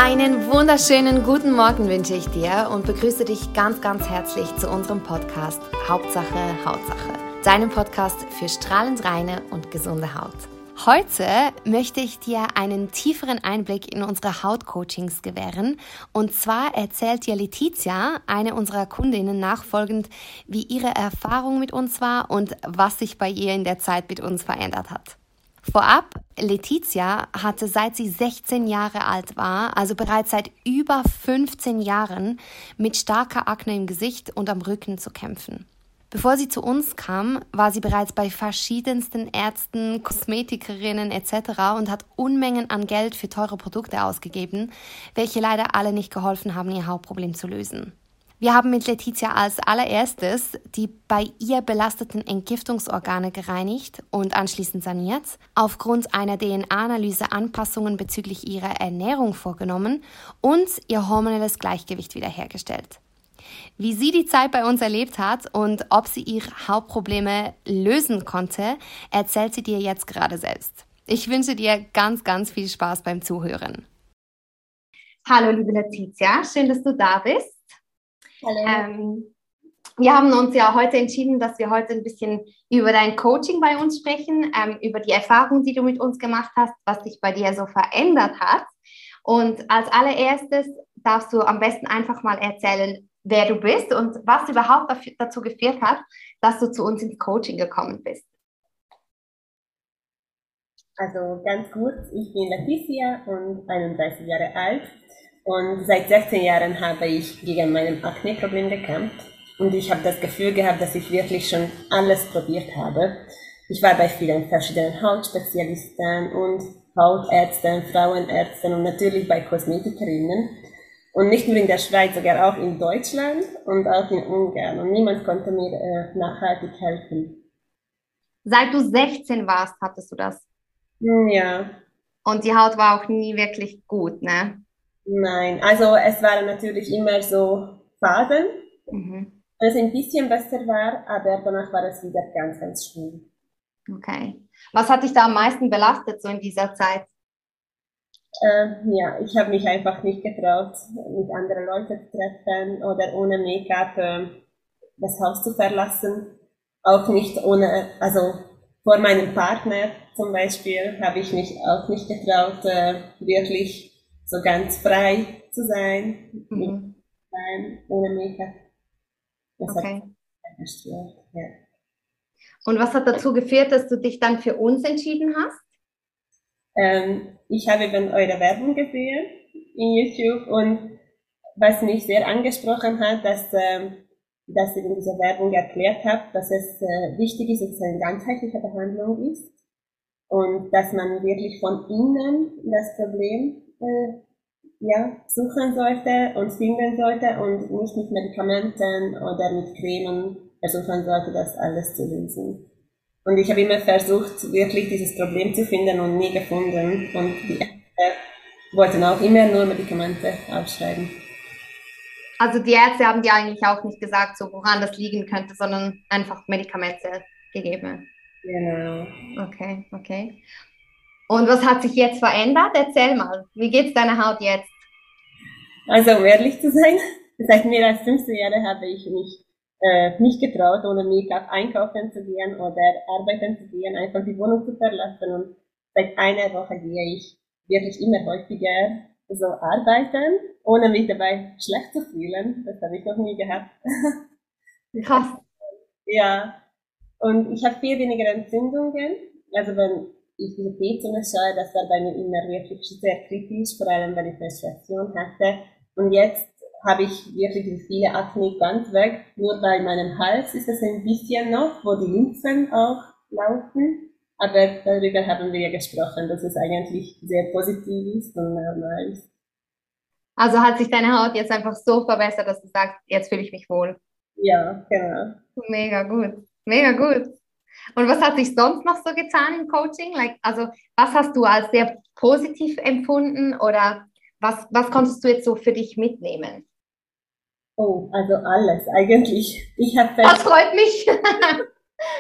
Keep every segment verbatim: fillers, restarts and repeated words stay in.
Einen wunderschönen guten Morgen wünsche ich dir und begrüße dich ganz, ganz herzlich zu unserem Podcast Hauptsache Hautsache, deinem Podcast für strahlend reine und gesunde Haut. Heute möchte ich dir einen tieferen Einblick in unsere Hautcoachings gewähren. Und zwar erzählt dir Letizia, eine unserer Kundinnen, nachfolgend, wie ihre Erfahrung mit uns war und was sich bei ihr in der Zeit mit uns verändert hat. Vorab, Letizia hatte, seit sie sechzehn Jahre alt war, also bereits seit über fünfzehn Jahren, mit starker Akne im Gesicht und am Rücken zu kämpfen. Bevor sie zu uns kam, war sie bereits bei verschiedensten Ärzten, Kosmetikerinnen et cetera und hat Unmengen an Geld für teure Produkte ausgegeben, welche leider alle nicht geholfen haben, ihr Hautproblem zu lösen. Wir haben mit Letizia als allererstes die bei ihr belasteten Entgiftungsorgane gereinigt und anschließend saniert, aufgrund einer D N A-Analyse Anpassungen bezüglich ihrer Ernährung vorgenommen und ihr hormonelles Gleichgewicht wiederhergestellt. Wie sie die Zeit bei uns erlebt hat und ob sie ihre Hautprobleme lösen konnte, erzählt sie dir jetzt gerade selbst. Ich wünsche dir ganz, ganz viel Spaß beim Zuhören. Hallo liebe Letizia, schön, dass du da bist. Hallo. Ähm, wir haben uns ja heute entschieden, dass wir heute ein bisschen über dein Coaching bei uns sprechen, ähm, über die Erfahrung, die du mit uns gemacht hast, was sich bei dir so verändert hat. Und als allererstes darfst du am besten einfach mal erzählen, wer du bist und was überhaupt dafür, dazu geführt hat, dass du zu uns ins Coaching gekommen bist. Also ganz kurz, ich bin Letizia und einunddreißig Jahre alt. Und seit sechzehn Jahren habe ich gegen mein Akne-Problem gekämpft. Und ich habe das Gefühl gehabt, dass ich wirklich schon alles probiert habe. Ich war bei vielen verschiedenen Hautspezialisten und Hautärzten, Frauenärzten und natürlich bei Kosmetikerinnen. Und nicht nur in der Schweiz, sogar auch in Deutschland und auch in Ungarn. Und niemand konnte mir äh, nachhaltig helfen. Seit du sechzehn warst, hattest du das? Ja. Und die Haut war auch nie wirklich gut, ne? Nein, also es waren natürlich immer so Phasen, Mhm. wo es ein bisschen besser war, aber danach war es wieder ganz, ganz schlimm. Okay. Was hat dich da am meisten belastet, so in dieser Zeit? Äh, ja, ich habe mich einfach nicht getraut, mit anderen Leuten zu treffen oder ohne Make-up äh, das Haus zu verlassen. Auch nicht ohne, also vor meinem Partner zum Beispiel habe ich mich auch nicht getraut, äh, wirklich so ganz frei zu sein, Mhm. sein ohne Make-up. Das Okay. hat mich gestört, ja. Und was hat dazu geführt, dass du dich dann für uns entschieden hast? Ähm, ich habe eben eure Werbung gesehen in YouTube und was mich sehr angesprochen hat, dass, ähm, dass ihr in dieser Werbung erklärt habt, dass es äh, wichtig ist, dass es eine ganzheitliche Behandlung ist und dass man wirklich von innen das Problem äh, ja, suchen sollte und finden sollte und nicht mit Medikamenten oder mit Cremen versuchen sollte, das alles zu lösen. Und ich habe immer versucht, wirklich dieses Problem zu finden und nie gefunden. Und die Ärzte wollten auch immer nur Medikamente aufschreiben. Also die Ärzte haben dir eigentlich auch nicht gesagt, so woran das liegen könnte, sondern einfach Medikamente gegeben. Genau. Okay, okay. Und was hat sich jetzt verändert? Erzähl mal, wie geht's deiner Haut jetzt? Also um ehrlich zu sein, seit mehr als fünfzehn Jahren habe ich mich äh, nicht getraut, ohne Make-up einkaufen zu gehen oder arbeiten zu gehen, einfach die Wohnung zu verlassen. Und seit einer Woche gehe ich wirklich immer häufiger so arbeiten, ohne mich dabei schlecht zu fühlen. Das habe ich noch nie gehabt. Krass. Ja, und ich habe viel weniger Entzündungen. Also wenn ich diese T-Zone schaue, das war bei mir immer wirklich sehr kritisch, vor allem weil ich Menstruation hatte. Und jetzt habe ich wirklich diese viele Akne ganz weg. Nur bei meinem Hals ist es ein bisschen noch, wo die Lymphen auch laufen. Aber darüber haben wir ja gesprochen, dass es eigentlich sehr positiv ist und normal ist. Also hat sich deine Haut jetzt einfach so verbessert, dass du sagst, jetzt fühle ich mich wohl. Ja, genau. Mega gut, mega gut. Und was hat sich sonst noch so getan im Coaching? Like, also was hast du als sehr positiv empfunden oder was, was konntest du jetzt so für dich mitnehmen? Oh, also alles eigentlich. Ich habe Das freut mich.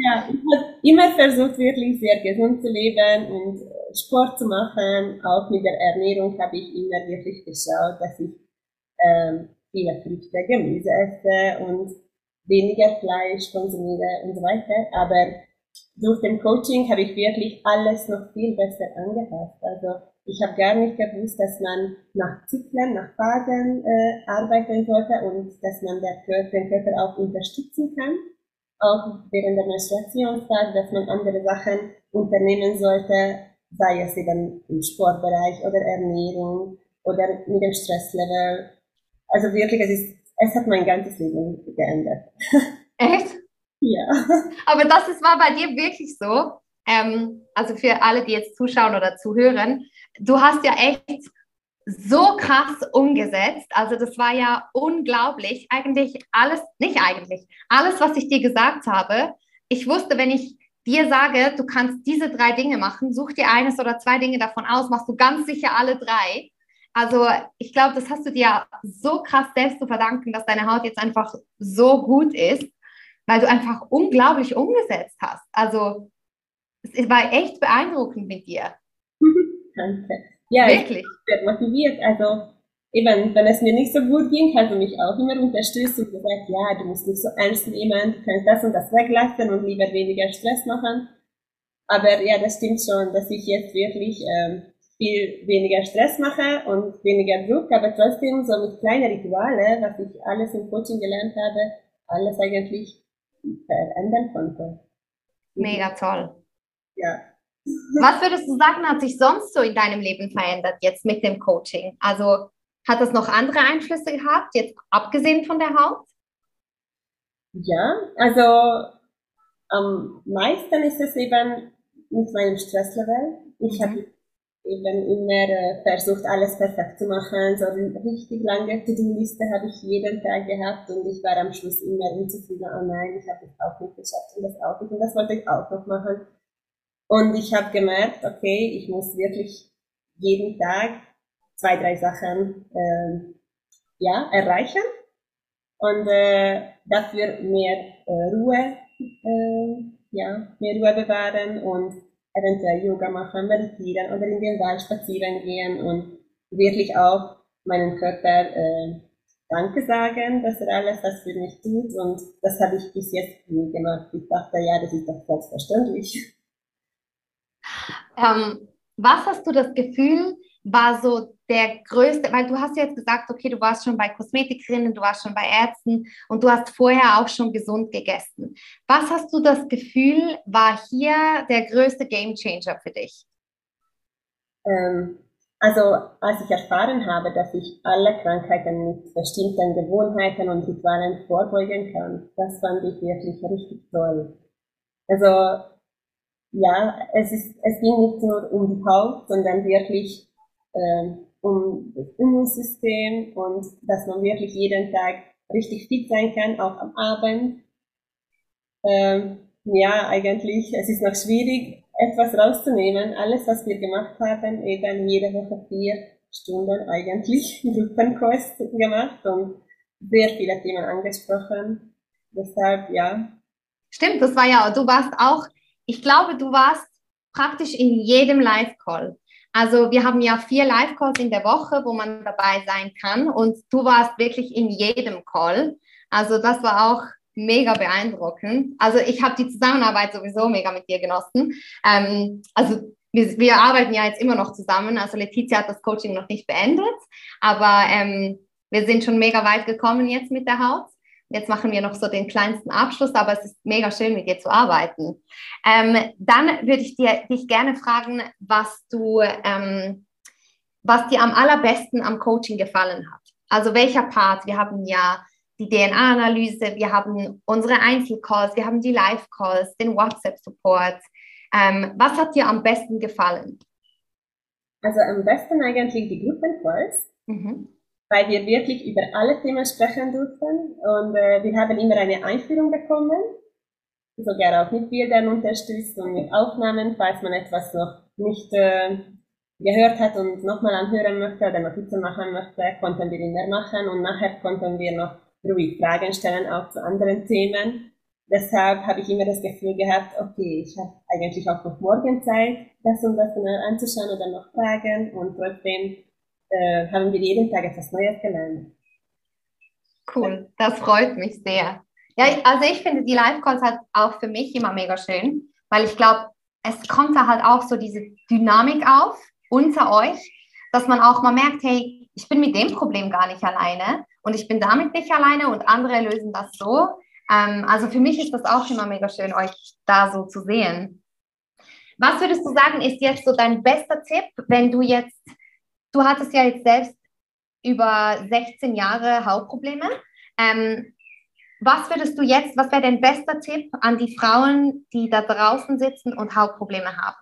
Ja, ich habe immer versucht, wirklich sehr gesund zu leben und Sport zu machen. Auch mit der Ernährung habe ich immer wirklich geschaut, dass ich ähm, viele Früchte, Gemüse esse und weniger Fleisch konsumiere und so weiter. Aber durch den Coaching habe ich wirklich alles noch viel besser angepasst. Also ich habe gar nicht gewusst, dass man nach Zyklen, nach Phasen äh, arbeiten sollte und dass man der Körper, den Körper auch unterstützen kann. Auch während der Menstruationsphase, dass man andere Sachen unternehmen sollte, sei es eben im Sportbereich oder Ernährung oder mit dem Stresslevel. Also wirklich, es ist, es hat mein ganzes Leben geändert. Echt? Ja. Aber das ist, war bei dir wirklich so. Ähm, also für alle, die jetzt zuschauen oder zuhören, du hast ja echt so krass umgesetzt. Also das war ja unglaublich. Eigentlich alles, nicht eigentlich, alles, was ich dir gesagt habe. Ich wusste, wenn ich dir sage, du kannst diese drei Dinge machen, such dir eines oder zwei Dinge davon aus, machst du ganz sicher alle drei. Also ich glaube, das hast du dir so krass selbst zu verdanken, dass deine Haut jetzt einfach so gut ist, weil du einfach unglaublich umgesetzt hast. Also es war echt beeindruckend mit dir. Danke. Ja, Wirklich? ich werde motiviert. Also eben, wenn es mir nicht so gut ging, hast du mich auch immer unterstützt und gesagt, ja, du musst nicht so ernst nehmen, du kannst das und das weglassen und lieber weniger Stress machen. Aber ja, das stimmt schon, dass ich jetzt wirklich ähm, viel weniger Stress mache und weniger Druck, aber trotzdem so mit kleinen Rituale, was ich alles im Coaching gelernt habe, alles eigentlich verändern konnte. Mega toll. Ja. Was würdest du sagen, hat sich sonst so in deinem Leben verändert jetzt mit dem Coaching? Also hat das noch andere Einflüsse gehabt, jetzt abgesehen von der Haut? Ja, also am meisten ist es eben mit meinem Stresslevel. Ich Mhm. habe eben immer äh, versucht, alles perfekt zu machen. So eine richtig lange To-Do-Liste habe ich jeden Tag gehabt und ich war am Schluss immer unzufrieden. Oh nein, ich habe das auch nicht geschafft und das auch nicht und das wollte ich auch noch machen. Und ich habe gemerkt, okay, ich muss wirklich jeden Tag zwei, drei Sachen äh, ja, erreichen und äh, dafür mehr äh, Ruhe, äh, ja, mehr Ruhe bewahren und eventuell Yoga machen, meditieren oder in den Wald spazieren gehen und wirklich auch meinem Körper äh, Danke sagen, dass er alles was für mich tut und das habe ich bis jetzt nie gemacht. Ich dachte, ja, das ist doch selbstverständlich. Ähm, was hast du das Gefühl, war so der größte, weil du hast ja jetzt gesagt, okay, du warst schon bei Kosmetikerinnen, du warst schon bei Ärzten und du hast vorher auch schon gesund gegessen. Was hast du das Gefühl, war hier der größte Gamechanger für dich? Ähm, also als ich erfahren habe, dass ich alle Krankheiten mit bestimmten Gewohnheiten und Ritualen vorbeugen kann, das fand ich wirklich richtig toll. Also ja, es ist, es ging nicht nur um die Haut, sondern wirklich ähm, um das Immunsystem und dass man wirklich jeden Tag richtig fit sein kann, auch am Abend. Ähm, ja, eigentlich, es ist noch schwierig, etwas rauszunehmen. Alles, was wir gemacht haben, eben jede Woche vier Stunden eigentlich Gruppenkost gemacht und sehr viele Themen angesprochen. Deshalb, ja. Stimmt, das war ja, du warst auch, ich glaube, du warst praktisch in jedem Live-Call. Also wir haben ja vier Live-Calls in der Woche, wo man dabei sein kann und du warst wirklich in jedem Call. Also das war auch mega beeindruckend. Also ich habe die Zusammenarbeit sowieso mega mit dir genossen. Ähm, also wir, wir arbeiten ja jetzt immer noch zusammen. Also Letizia hat das Coaching noch nicht beendet, aber ähm, wir sind schon mega weit gekommen jetzt mit der Haut. Jetzt machen wir noch so den kleinsten Abschluss, aber es ist mega schön, mit dir zu arbeiten. Ähm, dann würde ich dir, dich gerne fragen, was du, ähm, was dir am allerbesten am Coaching gefallen hat. Also welcher Part? Wir haben ja die D N A-Analyse, wir haben unsere Einzelcalls, wir haben die Live-Calls, den WhatsApp-Support. Ähm, was hat dir am besten gefallen? Also am besten eigentlich die Gruppencalls. Mhm. Weil wir wirklich über alle Themen sprechen durften und äh, wir haben immer eine Einführung bekommen, sogar auch mit Bildern unterstützt und mit Aufnahmen, falls man etwas noch nicht äh, gehört hat und nochmal anhören möchte oder Notizen machen möchte, konnten wir immer machen und nachher konnten wir noch ruhig Fragen stellen, auch zu anderen Themen. deshalb habe ich immer das Gefühl gehabt, okay, ich habe eigentlich auch noch morgen Zeit, das und das genau anzuschauen oder noch Fragen und trotzdem äh, haben wir jeden Tag etwas Neues gelernt. Cool, das freut mich sehr. Ja, ich, also ich finde die Live-Calls halt auch für mich immer mega schön, weil ich glaube, es kommt da halt auch so diese Dynamik auf unter euch, dass man auch mal merkt, hey, ich bin mit dem Problem gar nicht alleine und ich bin damit nicht alleine und andere lösen das so. Ähm, also für mich ist das auch immer mega schön, euch da so zu sehen. Was würdest du sagen, ist jetzt so dein bester Tipp, wenn du jetzt, du hattest ja jetzt selbst über sechzehn Jahre Hautprobleme. Ähm, was würdest du jetzt, was wäre dein bester Tipp an die Frauen, die da draußen sitzen und Hautprobleme haben?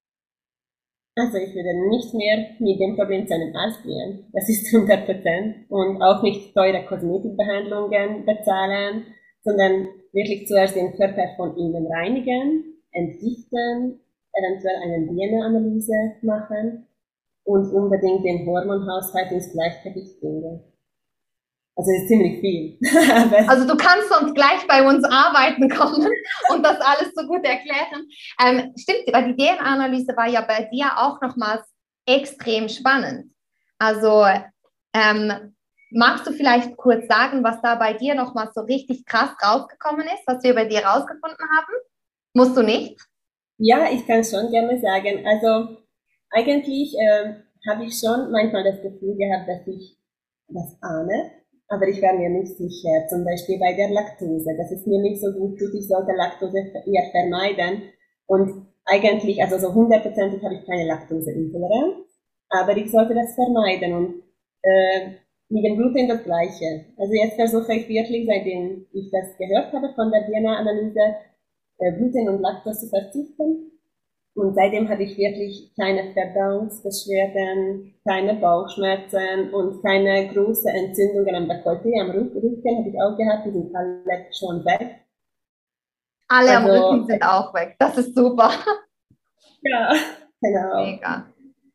Also ich würde nicht mehr mit dem Problem zu einem Arzt gehen. Das ist hundert Prozent. Und auch nicht teure Kosmetikbehandlungen bezahlen, sondern wirklich zuerst den Körper von innen reinigen, entdichten, eventuell eine D N A-Analyse machen und unbedingt den Hormonhaushalt ins Gleichgewicht bringen. Also es ist ziemlich viel. Also du kannst sonst gleich bei uns arbeiten kommen und das alles so gut erklären. Ähm, stimmt, weil die D N A-Analyse war ja bei dir auch nochmals extrem spannend. Also ähm, magst du vielleicht kurz sagen, was da bei dir nochmals so richtig krass rausgekommen ist, was wir bei dir rausgefunden haben? Musst du nicht? Ja, ich kann schon gerne sagen. Also eigentlich äh, habe ich schon manchmal das Gefühl gehabt, dass ich das ahne, aber ich war mir nicht sicher. Zum Beispiel bei der Laktose, dass es mir nicht so gut tut, ich sollte Laktose eher vermeiden. Und eigentlich, also so hundertprozentig habe ich keine Laktoseintoleranz, aber ich sollte das vermeiden. Und äh, mit dem Gluten das Gleiche. Also jetzt versuche ich wirklich, seitdem ich das gehört habe von der D N A-Analyse, Gluten und Laktose zu verzichten. Und seitdem hatte ich wirklich keine Verdauungsbeschwerden, keine Bauchschmerzen und keine große Entzündungen am Dekolleté, am Rücken habe ich auch gehabt, die sind alle schon weg. Alle also, am Rücken sind auch weg, das ist super. Ja, genau. Mega,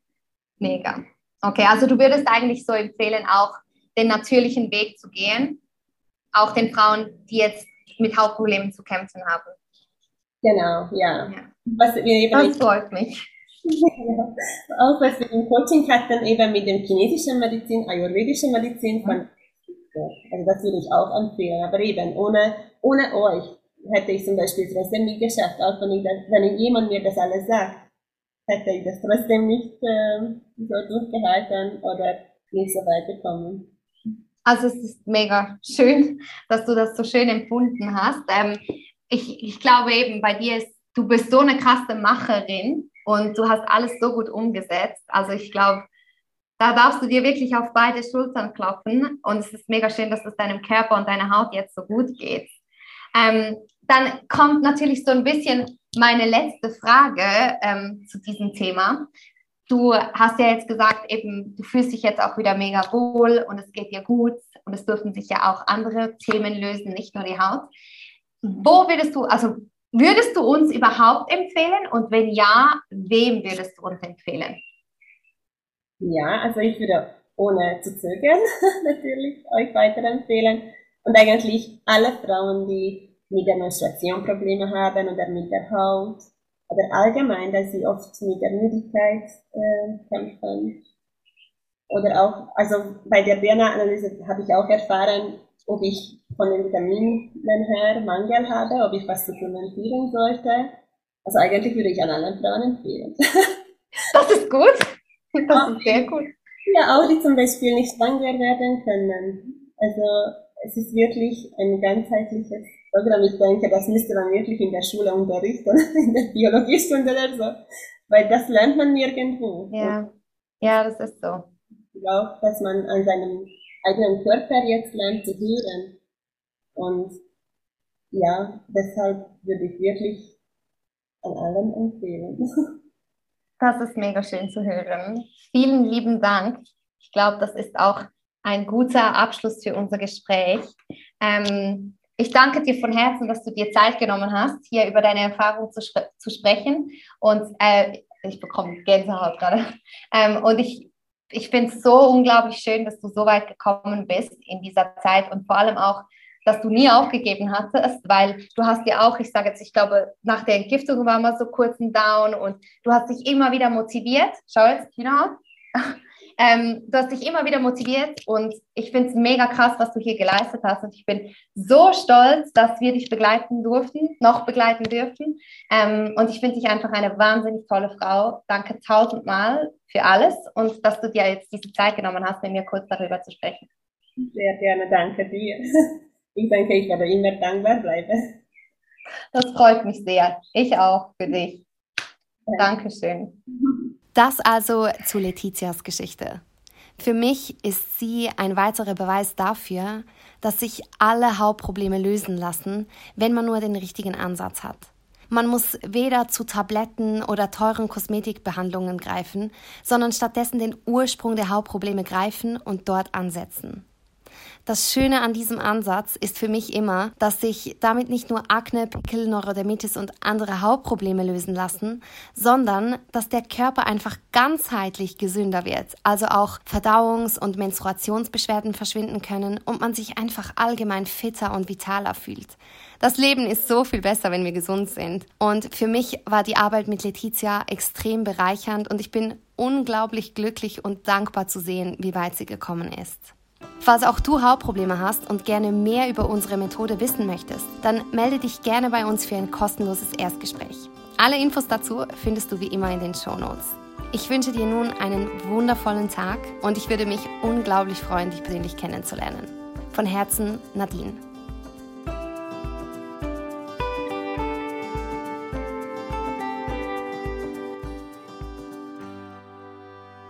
mega. Okay, also du würdest eigentlich so empfehlen, auch den natürlichen Weg zu gehen, auch den Frauen, die jetzt mit Hautproblemen zu kämpfen haben. Genau, ja. ja. Was wir eben das freut mich. ja. Auch was wir im Coaching hatten, eben mit dem chinesischen Medizin, ayurvedischen Medizin, von, also das würde ich auch empfehlen. Aber eben, ohne, ohne euch hätte ich zum Beispiel trotzdem nicht geschafft, auch wenn, ich das, wenn jemand mir das alles sagt, hätte ich das trotzdem nicht äh, so durchgehalten oder nicht so weit gekommen. Also es ist mega schön, dass du das so schön empfunden hast. Ähm, ich, ich glaube eben, bei dir ist, du bist so eine krasse Macherin und du hast alles so gut umgesetzt. Also ich glaube, da darfst du dir wirklich auf beide Schultern klopfen und es ist mega schön, dass es deinem Körper und deiner Haut jetzt so gut geht. Ähm, dann kommt natürlich so ein bisschen meine letzte Frage ähm, zu diesem Thema. Du hast ja jetzt gesagt, eben, du fühlst dich jetzt auch wieder mega wohl und es geht dir gut und es dürfen sich ja auch andere Themen lösen, nicht nur die Haut. Wo würdest du, also würdest du uns überhaupt empfehlen und wenn ja, wem würdest du uns empfehlen? Ja, also ich würde ohne zu zögern natürlich euch weiterempfehlen und eigentlich alle Frauen, die mit der Menstruation Probleme haben oder mit der Haut oder allgemein, dass sie oft mit der Müdigkeit äh, kämpfen. Oder auch, also bei der D N A-Analyse habe ich auch erfahren, ob ich von den Vitaminen her Mangel habe, ob ich was supplementieren sollte. Also eigentlich würde ich an allen Frauen empfehlen. Das ist gut. Das auch, ist sehr gut. Ja, auch die zum Beispiel nicht schwanger werden können. Also es ist wirklich ein ganzheitliches Programm. Ich denke, das müsste man wirklich in der Schule unterrichten, in der Biologiestunde oder so. Weil das lernt man nirgendwo. Ja, ja, das ist so. Ich glaube, dass man an seinem eigenen Körper jetzt lernt zu hören. Und ja, deshalb würde ich wirklich an allen empfehlen. Das ist mega schön zu hören. Vielen lieben Dank. Ich glaube, das ist auch ein guter Abschluss für unser Gespräch. Ähm, ich danke dir von Herzen, dass du dir Zeit genommen hast, hier über deine Erfahrung zu, zu sprechen. Und äh, ich bekomme Gänsehaut gerade. Ähm, und ich, ich finde es so unglaublich schön, dass du so weit gekommen bist in dieser Zeit und vor allem auch dass du nie aufgegeben hattest, weil du hast ja auch, ich sage jetzt, ich glaube, nach der Entgiftung war mal so kurz ein Down und du hast dich immer wieder motiviert. Schau jetzt, you know, ähm, du hast dich immer wieder motiviert und ich finde es mega krass, was du hier geleistet hast und ich bin so stolz, dass wir dich begleiten durften, noch begleiten dürfen ähm, und ich finde dich einfach eine wahnsinnig tolle Frau. Danke tausendmal für alles und dass du dir jetzt diese Zeit genommen hast, mit mir kurz darüber zu sprechen. Sehr gerne, danke dir. Ich denke, ich werde immer dankbar bleiben. Das freut mich sehr. Ich auch für dich. Dankeschön. Das also zu Letizias Geschichte. Für mich ist sie ein weiterer Beweis dafür, dass sich alle Hautprobleme lösen lassen, wenn man nur den richtigen Ansatz hat. Man muss weder zu Tabletten oder teuren Kosmetikbehandlungen greifen, sondern stattdessen den Ursprung der Hautprobleme greifen und dort ansetzen. Das Schöne an diesem Ansatz ist für mich immer, dass sich damit nicht nur Akne, Pickel, Neurodermitis und andere Hautprobleme lösen lassen, sondern dass der Körper einfach ganzheitlich gesünder wird, also auch Verdauungs- und Menstruationsbeschwerden verschwinden können und man sich einfach allgemein fitter und vitaler fühlt. Das Leben ist so viel besser, wenn wir gesund sind. Und für mich war die Arbeit mit Letizia extrem bereichernd und ich bin unglaublich glücklich und dankbar zu sehen, wie weit sie gekommen ist. Falls auch du Hautprobleme hast und gerne mehr über unsere Methode wissen möchtest, dann melde dich gerne bei uns für ein kostenloses Erstgespräch. Alle Infos dazu findest du wie immer in den Shownotes. Ich wünsche dir nun einen wundervollen Tag und ich würde mich unglaublich freuen, dich persönlich kennenzulernen. Von Herzen, Nadine.